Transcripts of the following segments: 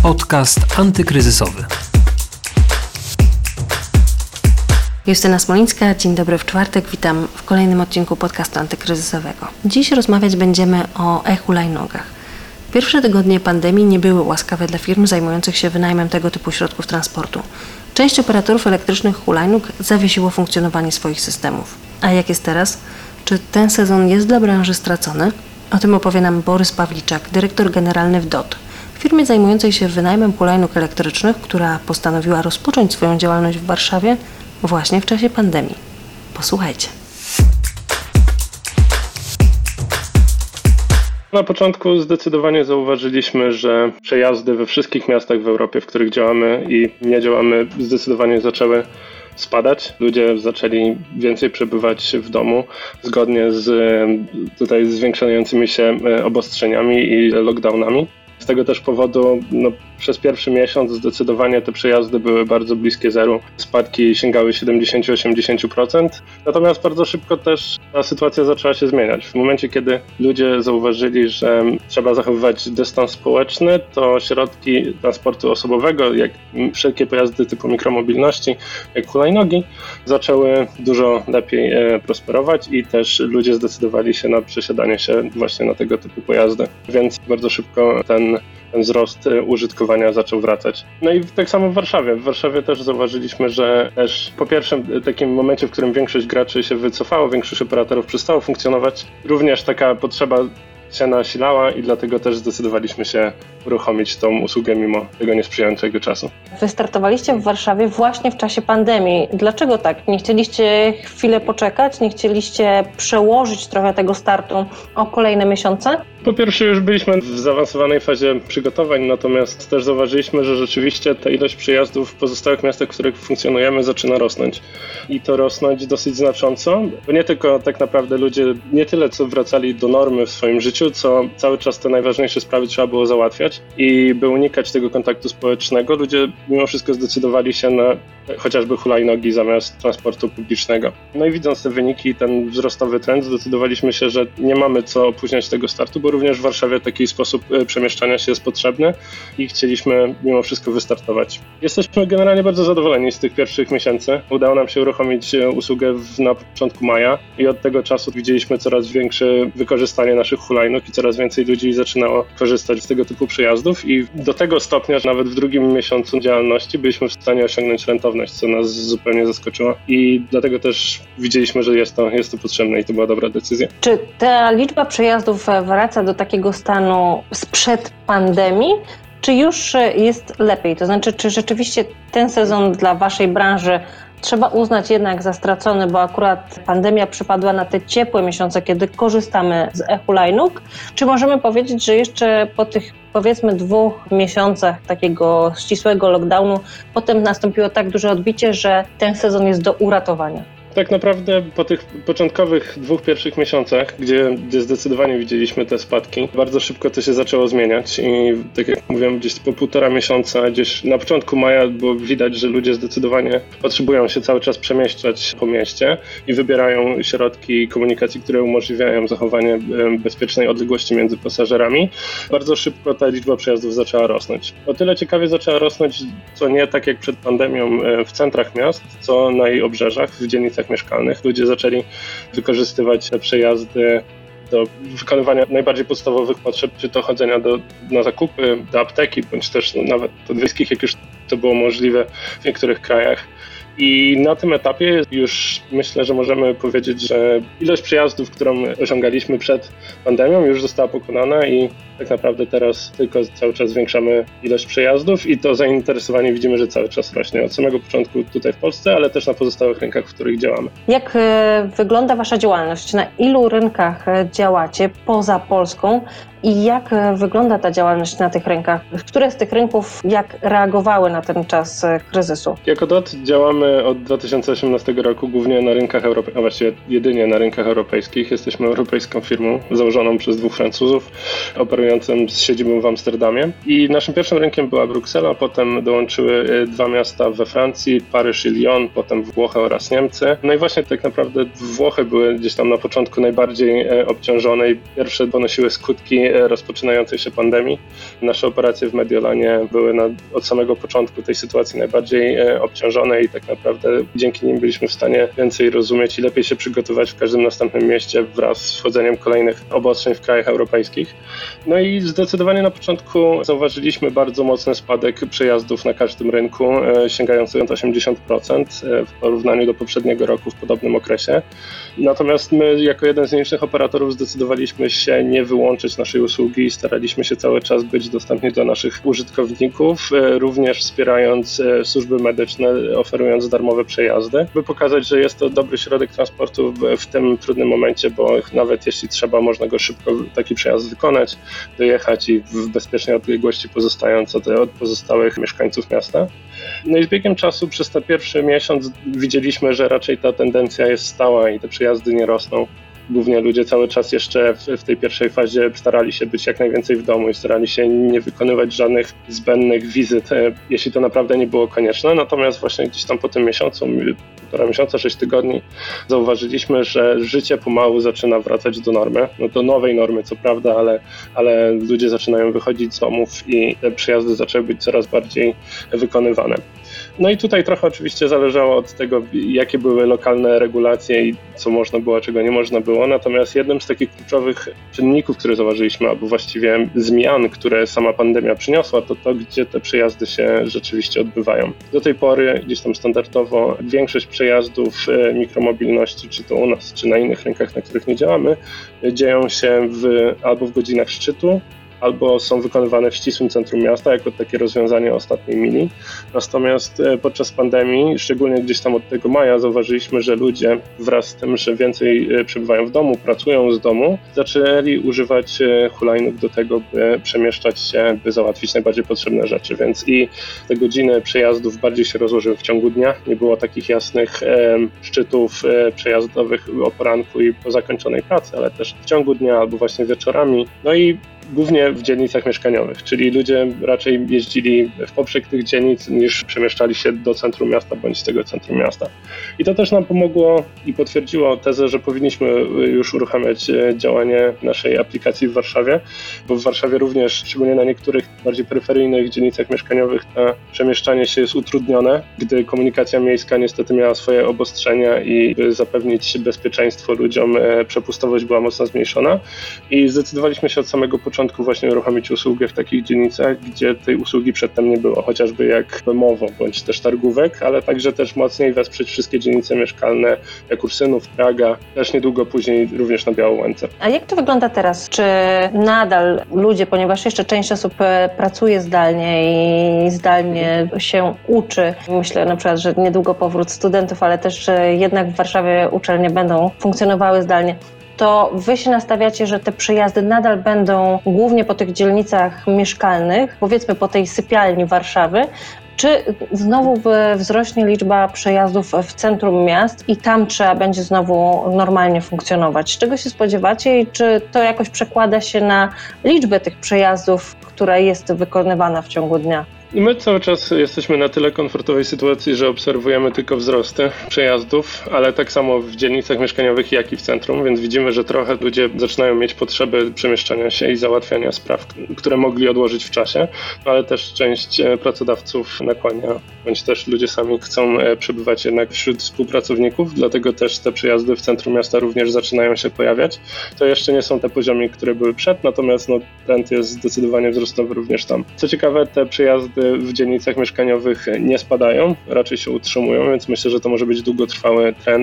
Podcast antykryzysowy. Justyna Smolińska, dzień dobry w czwartek, witam w kolejnym odcinku podcastu antykryzysowego. Dziś rozmawiać będziemy o e-hulajnogach. Pierwsze tygodnie pandemii nie były łaskawe dla firm zajmujących się wynajmem tego typu środków transportu. Część operatorów elektrycznych hulajnóg zawiesiło funkcjonowanie swoich systemów. A jak jest teraz? Czy ten sezon jest dla branży stracony? O tym opowie nam Borys Pawliczak, dyrektor generalny w DOT, firmie zajmującej się wynajmem hulajnóg elektrycznych, która postanowiła rozpocząć swoją działalność w Warszawie właśnie w czasie pandemii. Posłuchajcie. Na początku zdecydowanie zauważyliśmy, że przejazdy we wszystkich miastach w Europie, w których działamy i nie działamy, zdecydowanie zaczęły spadać. Ludzie zaczęli więcej przebywać w domu zgodnie z zwiększającymi się obostrzeniami i lockdownami. Z tego też powodu przez pierwszy miesiąc zdecydowanie te przejazdy były bardzo bliskie zeru. Spadki sięgały 70-80%. Natomiast bardzo szybko też ta sytuacja zaczęła się zmieniać. W momencie, kiedy ludzie zauważyli, że trzeba zachowywać dystans społeczny, to środki transportu osobowego, jak wszelkie pojazdy typu mikromobilności, jak hulajnogi, zaczęły dużo lepiej prosperować i też ludzie zdecydowali się na przesiadanie się właśnie na tego typu pojazdy. Więc bardzo szybko ten wzrost użytkowania zaczął wracać. No i tak samo w Warszawie. W Warszawie też zauważyliśmy, że też po pierwszym takim momencie, w którym większość graczy się wycofało, większość operatorów przestało funkcjonować, również taka potrzeba się nasilała i dlatego też zdecydowaliśmy się uruchomić tą usługę mimo tego niesprzyjającego czasu. Wystartowaliście w Warszawie właśnie w czasie pandemii. Dlaczego tak? Nie chcieliście chwilę poczekać? Nie chcieliście przełożyć trochę tego startu o kolejne miesiące? Po pierwsze już byliśmy w zaawansowanej fazie przygotowań, natomiast też zauważyliśmy, że rzeczywiście ta ilość przyjazdów w pozostałych miastach, w których funkcjonujemy, zaczyna rosnąć. I to rosnąć dosyć znacząco, bo nie tylko tak naprawdę ludzie nie tyle co wracali do normy w swoim życiu, co cały czas te najważniejsze sprawy trzeba było załatwiać i by unikać tego kontaktu społecznego, ludzie mimo wszystko zdecydowali się na chociażby hulajnogi zamiast transportu publicznego. No i widząc te wyniki, ten wzrostowy trend, zdecydowaliśmy się, że nie mamy co opóźniać tego startu, bo również w Warszawie taki sposób przemieszczania się jest potrzebny i chcieliśmy mimo wszystko wystartować. Jesteśmy generalnie bardzo zadowoleni z tych pierwszych miesięcy. Udało nam się uruchomić usługę na początku maja i od tego czasu widzieliśmy coraz większe wykorzystanie naszych hulajnóg i coraz więcej ludzi zaczynało korzystać z tego typu przejazdów i do tego stopnia, że nawet w drugim miesiącu działalności byliśmy w stanie osiągnąć rentowność, co nas zupełnie zaskoczyło i dlatego też widzieliśmy, że jest to potrzebne i to była dobra decyzja. Czy ta liczba przejazdów wraca do takiego stanu sprzed pandemii, czy już jest lepiej? To znaczy, czy rzeczywiście ten sezon dla waszej branży trzeba uznać jednak za stracony, bo akurat pandemia przypadła na te ciepłe miesiące, kiedy korzystamy z e-hulajnóg? Czy możemy powiedzieć, że jeszcze po tych powiedzmy 2 miesiącach takiego ścisłego lockdownu potem nastąpiło tak duże odbicie, że ten sezon jest do uratowania? Tak naprawdę po tych początkowych 2 pierwszych miesiącach, gdzie zdecydowanie widzieliśmy te spadki, bardzo szybko to się zaczęło zmieniać i tak jak mówiłem, gdzieś po 1,5 miesiąca, gdzieś na początku maja było widać, że ludzie zdecydowanie potrzebują się cały czas przemieszczać po mieście i wybierają środki komunikacji, które umożliwiają zachowanie bezpiecznej odległości między pasażerami. Bardzo szybko ta liczba przejazdów zaczęła rosnąć. O tyle ciekawie zaczęła rosnąć, co nie tak jak przed pandemią w centrach miast, co na jej obrzeżach, w dzielnicach mieszkalnych. Ludzie zaczęli wykorzystywać te przejazdy do wykonywania najbardziej podstawowych potrzeb, czy to chodzenia na zakupy, do apteki, bądź też nawet podwiejskich, jak już to było możliwe w niektórych krajach. I na tym etapie już myślę, że możemy powiedzieć, że ilość przejazdów, którą osiągaliśmy przed pandemią, już została pokonana i tak naprawdę teraz tylko cały czas zwiększamy ilość przejazdów i to zainteresowanie widzimy, że cały czas rośnie od samego początku tutaj w Polsce, ale też na pozostałych rynkach, w których działamy. Jak wygląda wasza działalność? Na ilu rynkach działacie poza Polską i jak wygląda ta działalność na tych rynkach? Które z tych rynków jak reagowały na ten czas kryzysu? Jako DOT działamy Działamy od 2018 roku głównie na rynkach europejskich, a właściwie jedynie na rynkach europejskich. Jesteśmy europejską firmą założoną przez 2 Francuzów, operującym z siedzibą w Amsterdamie. I naszym pierwszym rynkiem była Bruksela, potem dołączyły 2 miasta we Francji, Paryż i Lyon, potem Włochy oraz Niemcy. No i właśnie tak naprawdę Włochy były gdzieś tam na początku najbardziej obciążone i pierwsze ponosiły skutki rozpoczynającej się pandemii. Nasze operacje w Mediolanie były od samego początku tej sytuacji najbardziej obciążone i tak naprawdę dzięki nim byliśmy w stanie więcej rozumieć i lepiej się przygotować w każdym następnym mieście wraz z wchodzeniem kolejnych obostrzeń w krajach europejskich. No i zdecydowanie na początku zauważyliśmy bardzo mocny spadek przejazdów na każdym rynku, sięgający 80% w porównaniu do poprzedniego roku w podobnym okresie. Natomiast my jako jeden z nielicznych operatorów zdecydowaliśmy się nie wyłączyć naszej usługi i staraliśmy się cały czas być dostępni dla naszych użytkowników, również wspierając służby medyczne, oferując darmowe przejazdy, by pokazać, że jest to dobry środek transportu w tym trudnym momencie, bo nawet jeśli trzeba, można go szybko taki przejazd wykonać, dojechać i w bezpiecznej odległości pozostając od pozostałych mieszkańców miasta. No i z biegiem czasu przez ten pierwszy miesiąc widzieliśmy, że raczej ta tendencja jest stała i te przejazdy nie rosną. Głównie ludzie cały czas jeszcze w tej pierwszej fazie starali się być jak najwięcej w domu i starali się nie wykonywać żadnych zbędnych wizyt, jeśli to naprawdę nie było konieczne. Natomiast właśnie gdzieś tam po tym miesiącu, 1,5 miesiąca, 6 tygodni, zauważyliśmy, że życie pomału zaczyna wracać do normy. No do nowej normy, co prawda, ale ludzie zaczynają wychodzić z domów i te przejazdy zaczęły być coraz bardziej wykonywane. No i tutaj trochę oczywiście zależało od tego, jakie były lokalne regulacje i co można było, czego nie można było. Natomiast jednym z takich kluczowych czynników, które zauważyliśmy, albo właściwie zmian, które sama pandemia przyniosła, to gdzie te przejazdy się rzeczywiście odbywają. Do tej pory gdzieś tam standardowo większość przejazdów mikromobilności, czy to u nas, czy na innych rynkach, na których nie działamy, dzieją się albo w godzinach szczytu, albo są wykonywane w ścisłym centrum miasta, jako takie rozwiązanie ostatniej mili. Natomiast podczas pandemii, szczególnie gdzieś tam od tego maja, zauważyliśmy, że ludzie wraz z tym, że więcej przebywają w domu, pracują z domu, zaczęli używać hulajnóg do tego, by przemieszczać się, by załatwić najbardziej potrzebne rzeczy. Więc i te godziny przejazdów bardziej się rozłożyły w ciągu dnia. Nie było takich jasnych szczytów przejazdowych o poranku i po zakończonej pracy, ale też w ciągu dnia albo właśnie wieczorami. No i głównie w dzielnicach mieszkaniowych, czyli ludzie raczej jeździli w poprzek tych dzielnic niż przemieszczali się do centrum miasta bądź z tego centrum miasta. I to też nam pomogło i potwierdziło tezę, że powinniśmy już uruchamiać działanie naszej aplikacji w Warszawie, bo w Warszawie również, szczególnie na niektórych bardziej peryferyjnych dzielnicach mieszkaniowych, to przemieszczanie się jest utrudnione, gdy komunikacja miejska niestety miała swoje obostrzenia i by zapewnić bezpieczeństwo ludziom, przepustowość była mocno zmniejszona i zdecydowaliśmy się od samego początku właśnie uruchomić usługę w takich dzielnicach, gdzie tej usługi przedtem nie było, chociażby jak Bemowo bądź też Targówek, ale także też mocniej wesprzeć wszystkie dzielnice mieszkalne jak Ursynów, Praga, też niedługo później również na Białołęce. A jak to wygląda teraz? Czy nadal ludzie, ponieważ jeszcze część osób pracuje zdalnie i zdalnie się uczy, myślę na przykład, że niedługo powrót studentów, ale też jednak w Warszawie uczelnie będą funkcjonowały zdalnie, to wy się nastawiacie, że te przejazdy nadal będą głównie po tych dzielnicach mieszkalnych, powiedzmy po tej sypialni Warszawy, czy znowu wzrośnie liczba przejazdów w centrum miast i tam trzeba będzie znowu normalnie funkcjonować? Czego się spodziewacie i czy to jakoś przekłada się na liczbę tych przejazdów, która jest wykonywana w ciągu dnia? I my cały czas jesteśmy na tyle komfortowej sytuacji, że obserwujemy tylko wzrosty przejazdów, ale tak samo w dzielnicach mieszkaniowych, jak i w centrum, więc widzimy, że trochę ludzie zaczynają mieć potrzeby przemieszczania się i załatwiania spraw, które mogli odłożyć w czasie, ale też część pracodawców nakłania, bądź też ludzie sami chcą przebywać jednak wśród współpracowników, dlatego też te przejazdy w centrum miasta również zaczynają się pojawiać. To jeszcze nie są te poziomy, które były przed, natomiast trend jest zdecydowanie wzrostowy również tam. Co ciekawe, te przejazdy w dzielnicach mieszkaniowych nie spadają, raczej się utrzymują, więc myślę, że to może być długotrwały trend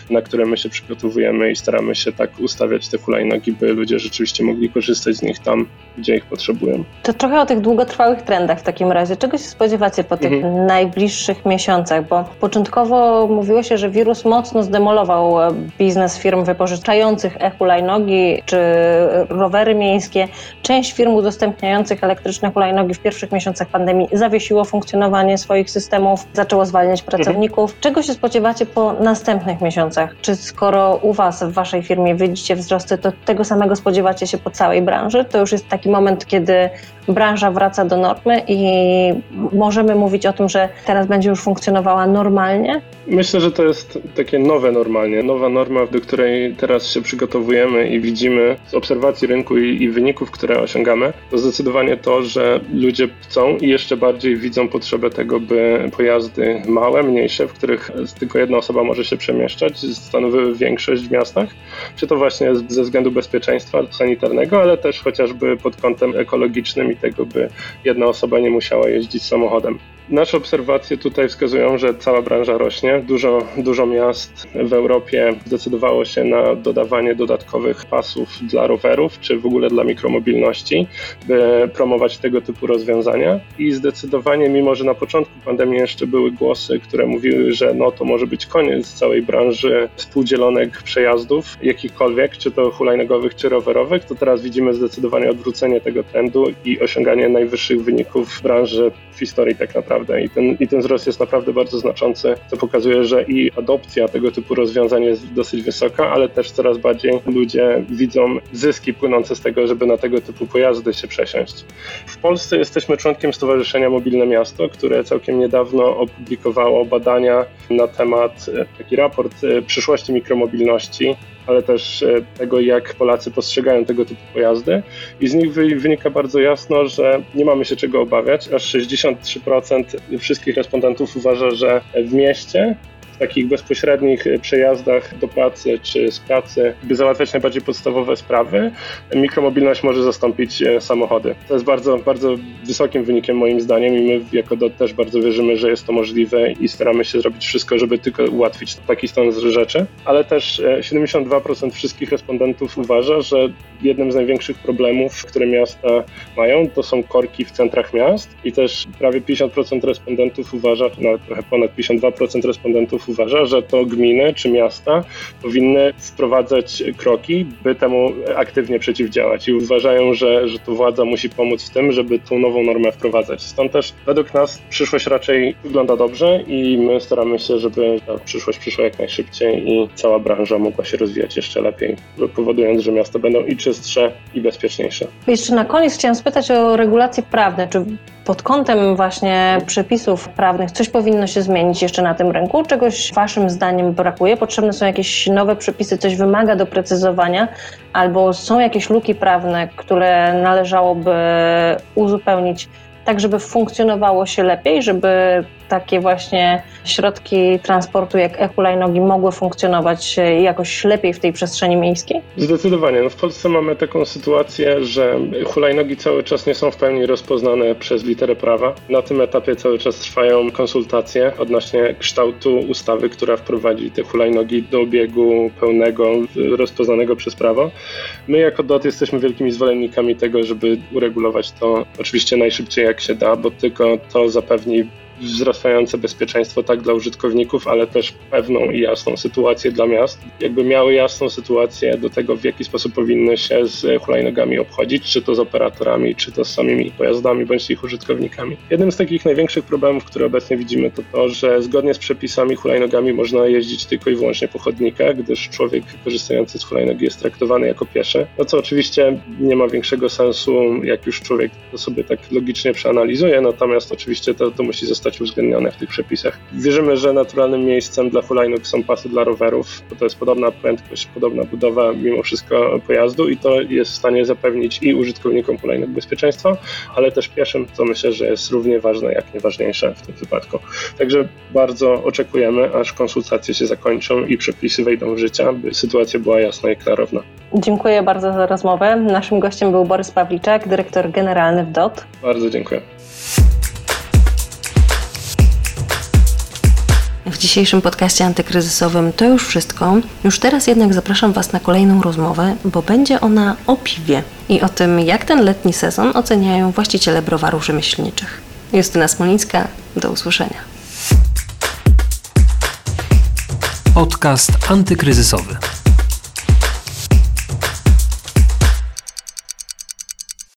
na które my się przygotowujemy i staramy się tak ustawiać te hulajnogi, by ludzie rzeczywiście mogli korzystać z nich tam, gdzie ich potrzebują. To trochę o tych długotrwałych trendach w takim razie. Czego się spodziewacie po tych najbliższych miesiącach? Bo początkowo mówiło się, że wirus mocno zdemolował biznes firm wypożyczających e-hulajnogi czy rowery miejskie. Część firm udostępniających elektryczne hulajnogi w pierwszych miesiącach pandemii zawiesiło funkcjonowanie swoich systemów, zaczęło zwalniać pracowników. Czego się spodziewacie po następnych miesiącach? Czy skoro u Was, w Waszej firmie widzicie wzrosty, to tego samego spodziewacie się po całej branży? To już jest taki moment, kiedy branża wraca do normy i możemy mówić o tym, że teraz będzie już funkcjonowała normalnie? Myślę, że to jest takie nowe normalnie, nowa norma, do której teraz się przygotowujemy i widzimy z obserwacji rynku i wyników, które osiągamy, to zdecydowanie to, że ludzie chcą i jeszcze bardziej widzą potrzebę tego, by pojazdy małe, mniejsze, w których tylko jedna osoba może się przemieszczać, stanowiły większość w miastach, czy to właśnie ze względu bezpieczeństwa sanitarnego, ale też chociażby pod kątem ekologicznym i tego, by jedna osoba nie musiała jeździć samochodem. Nasze obserwacje tutaj wskazują, że cała branża rośnie. Dużo miast w Europie zdecydowało się na dodawanie dodatkowych pasów dla rowerów, czy w ogóle dla mikromobilności, by promować tego typu rozwiązania. I zdecydowanie, mimo że na początku pandemii jeszcze były głosy, które mówiły, że to może być koniec całej branży współdzielonych przejazdów, jakichkolwiek, czy to hulajnogowych, czy rowerowych, to teraz widzimy zdecydowanie odwrócenie tego trendu i osiąganie najwyższych wyników w branży w historii tak naprawdę. I ten wzrost jest naprawdę bardzo znaczący, co pokazuje, że i adopcja tego typu rozwiązań jest dosyć wysoka, ale też coraz bardziej ludzie widzą zyski płynące z tego, żeby na tego typu pojazdy się przesiąść. W Polsce jesteśmy członkiem Stowarzyszenia Mobilne Miasto, które całkiem niedawno opublikowało badania na temat, taki raport przyszłości mikromobilności, ale też tego, jak Polacy postrzegają tego typu pojazdy. I z nich wynika bardzo jasno, że nie mamy się czego obawiać. Aż 63% wszystkich respondentów uważa, że w mieście, w takich bezpośrednich przejazdach do pracy czy z pracy, by załatwiać najbardziej podstawowe sprawy, mikromobilność może zastąpić samochody. To jest bardzo, bardzo wysokim wynikiem moim zdaniem i my jako DOT też bardzo wierzymy, że jest to możliwe i staramy się zrobić wszystko, żeby tylko ułatwić taki stan rzeczy. Ale też 72% wszystkich respondentów uważa, że jednym z największych problemów, które miasta mają, to są korki w centrach miast i też prawie 50% respondentów uważa, nawet trochę ponad 52% respondentów uważa, że to gminy czy miasta powinny wprowadzać kroki, by temu aktywnie przeciwdziałać i uważają, że to władza musi pomóc w tym, żeby tą nową normę wprowadzać. Stąd też według nas przyszłość raczej wygląda dobrze i my staramy się, żeby ta przyszłość przyszła jak najszybciej i cała branża mogła się rozwijać jeszcze lepiej, powodując, że miasta będą i czystsze, i bezpieczniejsze. Jeszcze na koniec chciałam spytać o regulacje prawne. Czy pod kątem właśnie przepisów prawnych coś powinno się zmienić jeszcze na tym rynku? Czegoś Waszym zdaniem brakuje? Potrzebne są jakieś nowe przepisy, coś wymaga doprecyzowania? Albo są jakieś luki prawne, które należałoby uzupełnić tak, żeby funkcjonowało się lepiej, żeby takie właśnie środki transportu jak e-hulajnogi mogły funkcjonować jakoś lepiej w tej przestrzeni miejskiej? Zdecydowanie. W Polsce mamy taką sytuację, że hulajnogi cały czas nie są w pełni rozpoznane przez literę prawa. Na tym etapie cały czas trwają konsultacje odnośnie kształtu ustawy, która wprowadzi te hulajnogi do obiegu pełnego, rozpoznanego przez prawo. My jako DOT jesteśmy wielkimi zwolennikami tego, żeby uregulować to oczywiście najszybciej jak się da, bo tylko to zapewni wzrastające bezpieczeństwo tak dla użytkowników, ale też pewną i jasną sytuację dla miast. Jakby miały jasną sytuację do tego, w jaki sposób powinny się z hulajnogami obchodzić, czy to z operatorami, czy to z samymi pojazdami, bądź ich użytkownikami. Jednym z takich największych problemów, które obecnie widzimy, to to, że zgodnie z przepisami hulajnogami można jeździć tylko i wyłącznie po chodnikach, gdyż człowiek korzystający z hulajnogi jest traktowany jako pieszy. No co oczywiście nie ma większego sensu, jak już człowiek to sobie tak logicznie przeanalizuje, natomiast oczywiście to musi zostać uwzględnione w tych przepisach. Wierzymy, że naturalnym miejscem dla hulajnóg są pasy dla rowerów, bo to jest podobna prędkość, podobna budowa mimo wszystko pojazdu i to jest w stanie zapewnić i użytkownikom hulajnóg bezpieczeństwo, ale też pieszym, co myślę, że jest równie ważne, jak nie ważniejsze w tym wypadku. Także bardzo oczekujemy, aż konsultacje się zakończą i przepisy wejdą w życie, by sytuacja była jasna i klarowna. Dziękuję bardzo za rozmowę. Naszym gościem był Borys Pawliczak, dyrektor generalny w DOT. Bardzo dziękuję. W dzisiejszym podcaście antykryzysowym to już wszystko. Już teraz jednak zapraszam Was na kolejną rozmowę, bo będzie ona o piwie i o tym, jak ten letni sezon oceniają właściciele browarów rzemieślniczych. Justyna Smolińska, do usłyszenia. Podcast antykryzysowy.